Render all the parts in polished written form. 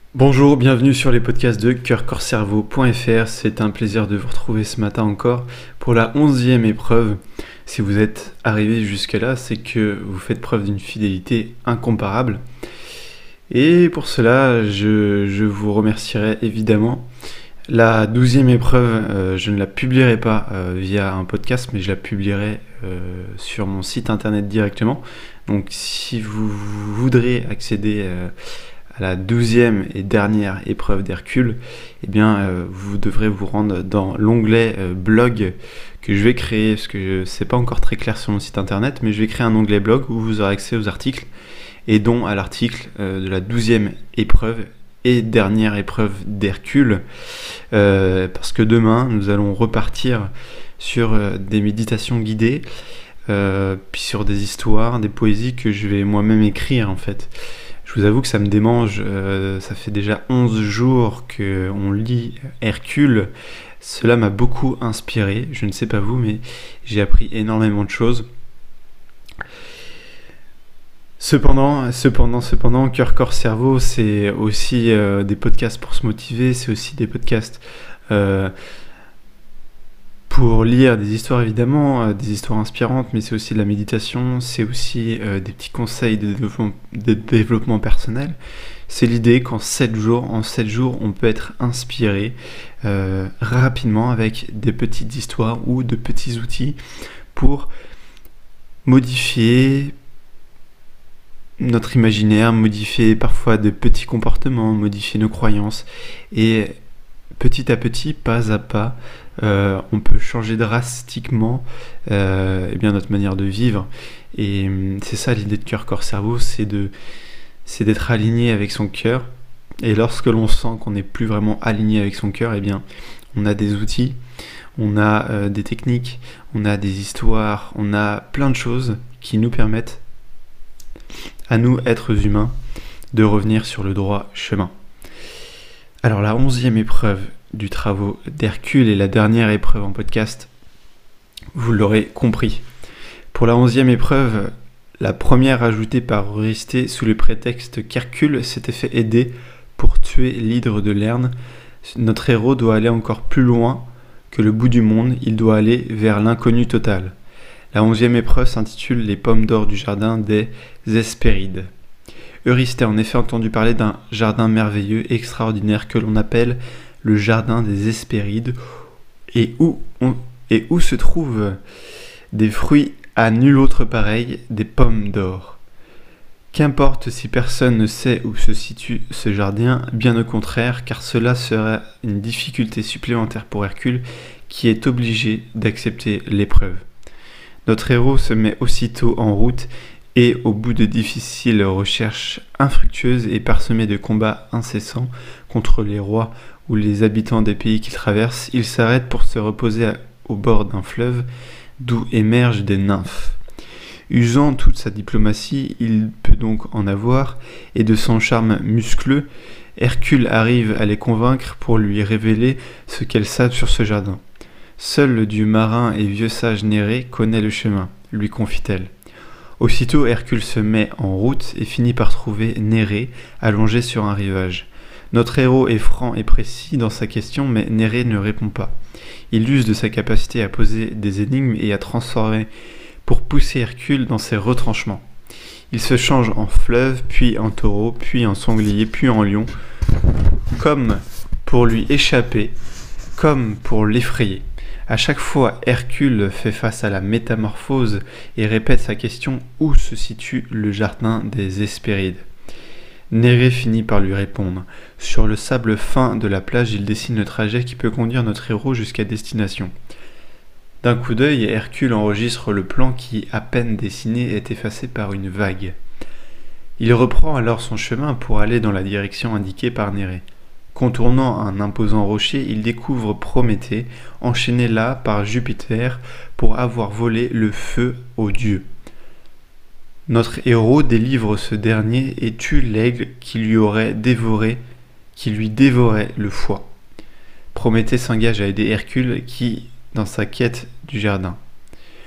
Bonjour, bienvenue sur les podcasts de coeur-corps-cerveau.fr. C'est un plaisir de vous retrouver ce matin encore pour la 11e épreuve. Si vous êtes arrivé jusqu'à là, c'est que vous faites preuve d'une fidélité incomparable. Et pour cela, je vous remercierai évidemment. La 12e épreuve, je ne la publierai pas via un podcast, mais je la publierai sur mon site internet directement. Donc si vous voudrez accéder à la 12e et dernière épreuve d'Hercule, eh bien, vous devrez vous rendre dans l'onglet blog que je vais créer, parce que c'est pas encore très clair sur mon site internet, mais je vais créer un onglet blog où vous aurez accès aux articles, et dont à l'article de la 12e épreuve et dernière épreuve d'Hercule, parce que demain, nous allons repartir sur des méditations guidées, puis sur des histoires, des poésies que je vais moi-même écrire en fait. Je vous avoue que ça me démange, ça fait déjà 11 jours qu'on lit Hercule. Cela m'a beaucoup inspiré, je ne sais pas vous, mais j'ai appris énormément de choses. Cependant, Cœur, Corps, Cerveau, c'est aussi des podcasts pour se motiver, c'est aussi des podcasts pour lire des histoires évidemment, des histoires inspirantes, mais c'est aussi de la méditation, c'est aussi des petits conseils de développement personnel. C'est l'idée qu'en 7 jours, on peut être inspiré rapidement avec des petites histoires ou de petits outils pour modifier notre imaginaire, modifier parfois de petits comportements, modifier nos croyances, et petit à petit, pas à pas, on peut changer drastiquement notre manière de vivre. Et c'est ça l'idée de cœur, corps, cerveau, c'est d'être aligné avec son cœur. Et lorsque l'on sent qu'on n'est plus vraiment aligné avec son cœur, eh bien, on a des outils, on a des techniques, on a des histoires, on a plein de choses qui nous permettent, à nous, êtres humains, de revenir sur le droit chemin. Alors la 11e épreuve du travaux d'Hercule est la dernière épreuve en podcast, vous l'aurez compris. Pour la 11e épreuve, la première ajoutée par Eurysthée sous le prétexte qu'Hercule s'était fait aider pour tuer l'hydre de Lerne, notre héros doit aller encore plus loin que le bout du monde, il doit aller vers l'inconnu total. La 11e épreuve s'intitule Les pommes d'or du jardin des Hespérides. Eurysthée a en effet entendu parler d'un jardin merveilleux, extraordinaire, que l'on appelle le jardin des Hespérides, et où se trouvent des fruits à nul autre pareil, des pommes d'or. Qu'importe si personne ne sait où se situe ce jardin, bien au contraire, car cela sera une difficulté supplémentaire pour Hercule, qui est obligé d'accepter l'épreuve. Notre héros se met aussitôt en route, et au bout de difficiles recherches infructueuses et parsemées de combats incessants contre les rois ou les habitants des pays qu'il traverse, il s'arrête pour se reposer au bord d'un fleuve d'où émergent des nymphes. Usant toute sa diplomatie, il peut donc en avoir, et de son charme muscleux, Hercule arrive à les convaincre pour lui révéler ce qu'elles savent sur ce jardin. Seul le dieu marin et vieux sage Nérée connaît le chemin, lui confie-t-elle. Aussitôt, Hercule se met en route et finit par trouver Nérée allongée sur un rivage. Notre héros est franc et précis dans sa question, mais Nérée ne répond pas. Il use de sa capacité à poser des énigmes et à transformer pour pousser Hercule dans ses retranchements. Il se change en fleuve, puis en taureau, puis en sanglier, puis en lion, comme pour lui échapper, comme pour l'effrayer. À chaque fois, Hercule fait face à la métamorphose et répète sa question « Où se situe le jardin des Hespérides ?» Nérée finit par lui répondre. Sur le sable fin de la plage, il dessine le trajet qui peut conduire notre héros jusqu'à destination. D'un coup d'œil, Hercule enregistre le plan qui, à peine dessiné, est effacé par une vague. Il reprend alors son chemin pour aller dans la direction indiquée par Nérée. Contournant un imposant rocher, il découvre Prométhée, enchaîné là par Jupiter pour avoir volé le feu aux dieux. Notre héros délivre ce dernier et tue l'aigle qui lui dévorait le foie. Prométhée s'engage à aider Hercule qui, dans sa quête du jardin.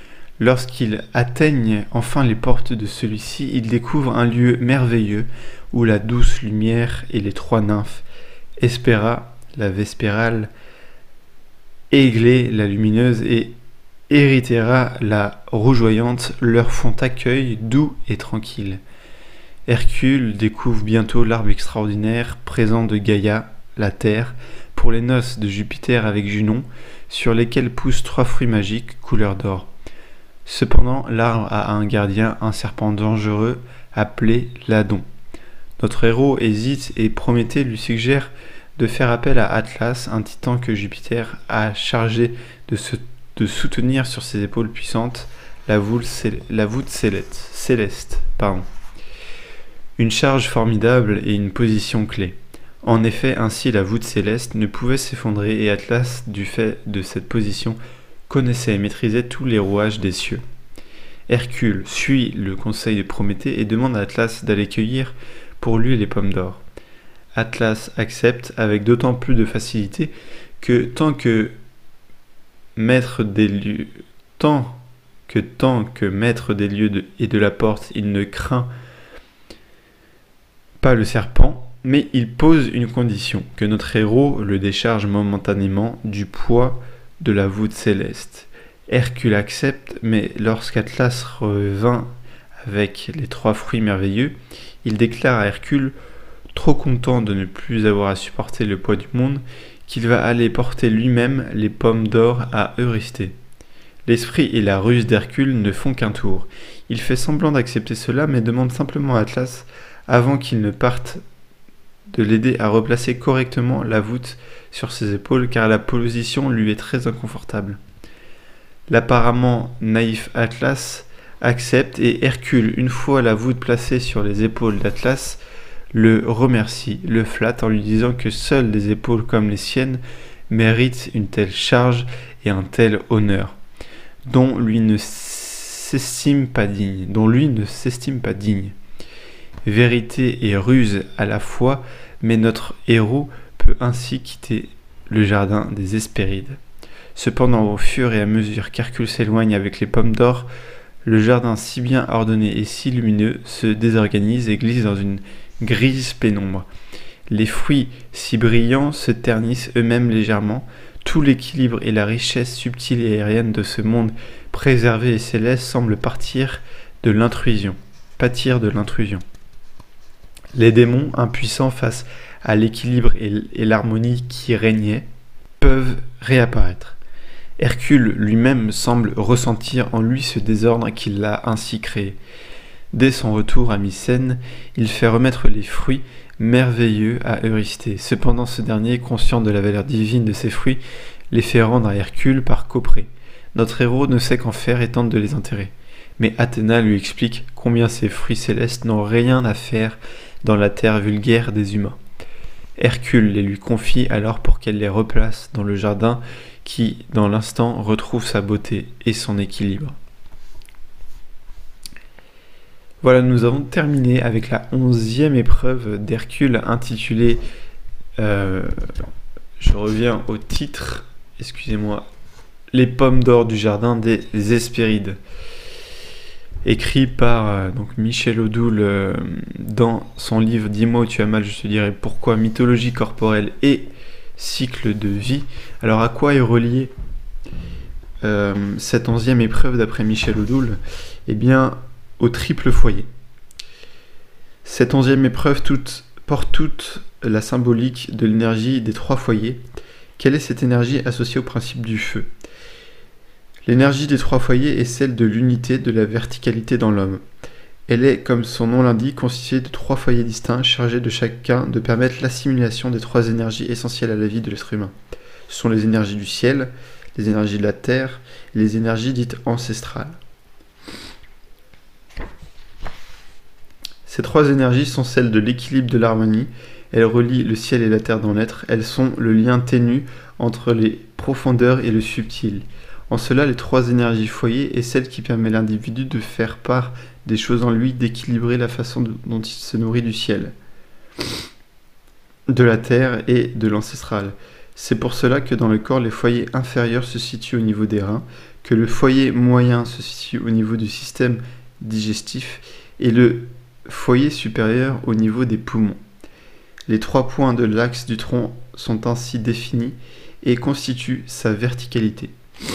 Lorsqu'ils atteignent enfin les portes de celui-ci, ils découvrent un lieu merveilleux où la douce lumière et les trois nymphes, Hespéra, la vespérale, Églé, la lumineuse, et Érythéra, la rougeoyante, leur font accueil doux et tranquille. Hercule découvre bientôt l'arbre extraordinaire, présent de Gaïa, la terre, pour les noces de Jupiter avec Junon, sur lesquels poussent 3 fruits magiques couleur d'or. Cependant, l'arbre a un gardien, un serpent dangereux, appelé Ladon. Notre héros hésite et Prométhée lui suggère de faire appel à Atlas, un titan que Jupiter a chargé de soutenir sur ses épaules puissantes la voûte céleste. Une charge formidable et une position clé. En effet, ainsi la voûte céleste ne pouvait s'effondrer et Atlas, du fait de cette position, connaissait et maîtrisait tous les rouages des cieux. Hercule suit le conseil de Prométhée et demande à Atlas d'aller cueillir pour lui les pommes d'or. Atlas accepte avec d'autant plus de facilité que tant que maître des lieux et de la porte, il ne craint pas le serpent, mais il pose une condition, que notre héros le décharge momentanément du poids de la voûte céleste. Hercule accepte, mais lorsqu'Atlas revint avec les 3 fruits merveilleux, il déclare à Hercule, trop content de ne plus avoir à supporter le poids du monde, qu'il va aller porter lui-même les pommes d'or à Eurysthée. L'esprit et la ruse d'Hercule ne font qu'un tour. Il fait semblant d'accepter cela, mais demande simplement à Atlas, avant qu'il ne parte, de l'aider à replacer correctement la voûte sur ses épaules, car la position lui est très inconfortable. L'apparemment naïf Atlas accepte et Hercule, une fois la voûte placée sur les épaules d'Atlas, le remercie, le flatte en lui disant que seules des épaules comme les siennes méritent une telle charge et un tel honneur, dont lui ne s'estime pas digne. Vérité et ruse à la fois, mais notre héros peut ainsi quitter le jardin des Hespérides. Cependant, au fur et à mesure qu'Hercule s'éloigne avec les pommes d'or, le jardin si bien ordonné et si lumineux se désorganise et glisse dans une grise pénombre. Les fruits si brillants se ternissent eux-mêmes légèrement. Tout l'équilibre et la richesse subtile et aérienne de ce monde préservé et céleste semblent pâtir de l'intrusion. Les démons, impuissants face à l'équilibre et l'harmonie qui régnaient, peuvent réapparaître. Hercule lui-même semble ressentir en lui ce désordre qu'il a ainsi créé. Dès son retour à Mycène, il fait remettre les fruits merveilleux à Eurysthée. Cependant, ce dernier, conscient de la valeur divine de ces fruits, les fait rendre à Hercule par copré. Notre héros ne sait qu'en faire et tente de les enterrer. Mais Athéna lui explique combien ces fruits célestes n'ont rien à faire dans la terre vulgaire des humains. Hercule les lui confie alors pour qu'elle les replace dans le jardin qui, dans l'instant, retrouve sa beauté et son équilibre. Voilà, nous avons terminé avec la 11e épreuve d'Hercule intitulée, je reviens au titre, excusez-moi, Les pommes d'or du jardin des Hespérides, écrit par Michel Odoul dans son livre Dis-moi où tu as mal, je te dirai pourquoi, mythologie corporelle et cycle de vie. Alors à quoi est reliée cette 11e épreuve d'après Michel Odoul? Eh bien, au triple foyer. Cette 11e épreuve porte toute la symbolique de l'énergie des 3 foyers. Quelle est cette énergie associée au principe du feu? L'énergie des 3 foyers est celle de l'unité, de la verticalité dans l'homme. Elle est, comme son nom l'indique, constituée de 3 foyers distincts, chargés de chacun de permettre l'assimilation des 3 énergies essentielles à la vie de l'être humain. Ce sont les énergies du ciel, les énergies de la terre et les énergies dites ancestrales. Ces 3 énergies sont celles de l'équilibre de l'harmonie. Elles relient le ciel et la terre dans l'être. Elles sont le lien ténu entre les profondeurs et le subtil. En cela, les 3 énergies foyer est celle qui permet à l'individu de faire part des choses en lui, d'équilibrer la façon dont il se nourrit du ciel, de la terre et de l'ancestral. C'est pour cela que dans le corps, les foyers inférieurs se situent au niveau des reins, que le foyer moyen se situe au niveau du système digestif et le Foyer supérieur au niveau des poumons. Les 3 points de l'axe du tronc sont ainsi définis et constituent sa verticalité.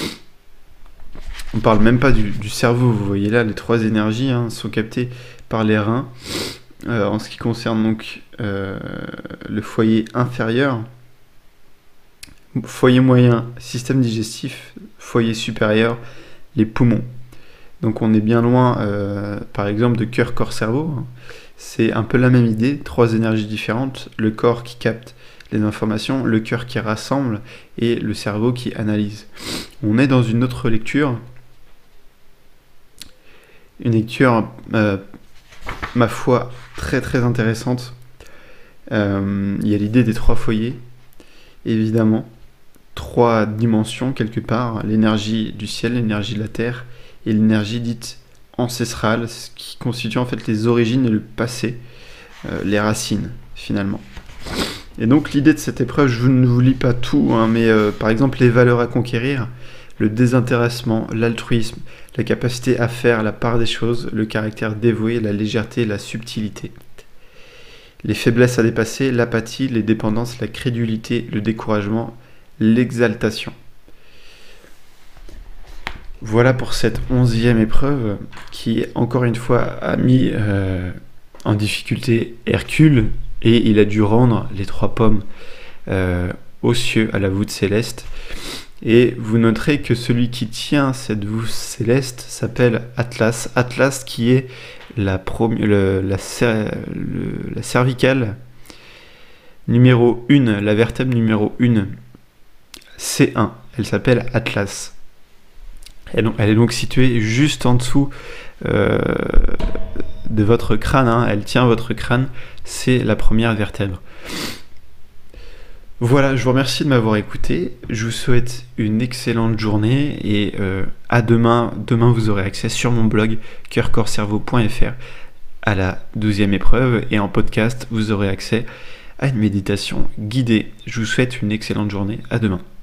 On ne parle même pas du cerveau, vous voyez là, les 3 énergies sont captées par les reins. En ce qui concerne donc le foyer inférieur, foyer moyen, système digestif, foyer supérieur, les poumons. Donc on est bien loin, par exemple, de cœur, corps, cerveau. C'est un peu la même idée, 3 énergies différentes, le corps qui capte les informations, le cœur qui rassemble et le cerveau qui analyse. On est dans une autre lecture, une lecture, ma foi, très très intéressante. Il y a l'idée des 3 foyers, évidemment, 3 dimensions quelque part, l'énergie du ciel, l'énergie de la terre et l'énergie dite ancestrale, ce qui constitue en fait les origines et le passé, les racines finalement. Et donc l'idée de cette épreuve, je ne vous lis pas tout, mais par exemple les valeurs à conquérir, le désintéressement, l'altruisme, la capacité à faire la part des choses, le caractère dévoué, la légèreté, la subtilité. Les faiblesses à dépasser, l'apathie, les dépendances, la crédulité, le découragement, l'exaltation. Voilà pour cette 11e épreuve qui, encore une fois, a mis en difficulté Hercule et il a dû rendre les 3 pommes aux cieux, à la voûte céleste. Et vous noterez que celui qui tient cette voûte céleste s'appelle Atlas. Atlas qui est la cervicale numéro 1, la vertèbre numéro 1, C1. Elle s'appelle Atlas. Elle est donc située juste en dessous de votre crâne. Elle tient votre crâne, c'est la première vertèbre. Voilà, je vous remercie de m'avoir écouté. Je vous souhaite une excellente journée et à demain. Demain, vous aurez accès sur mon blog coeur-corps-cerveau.fr à la 12e épreuve et en podcast, vous aurez accès à une méditation guidée. Je vous souhaite une excellente journée. À demain.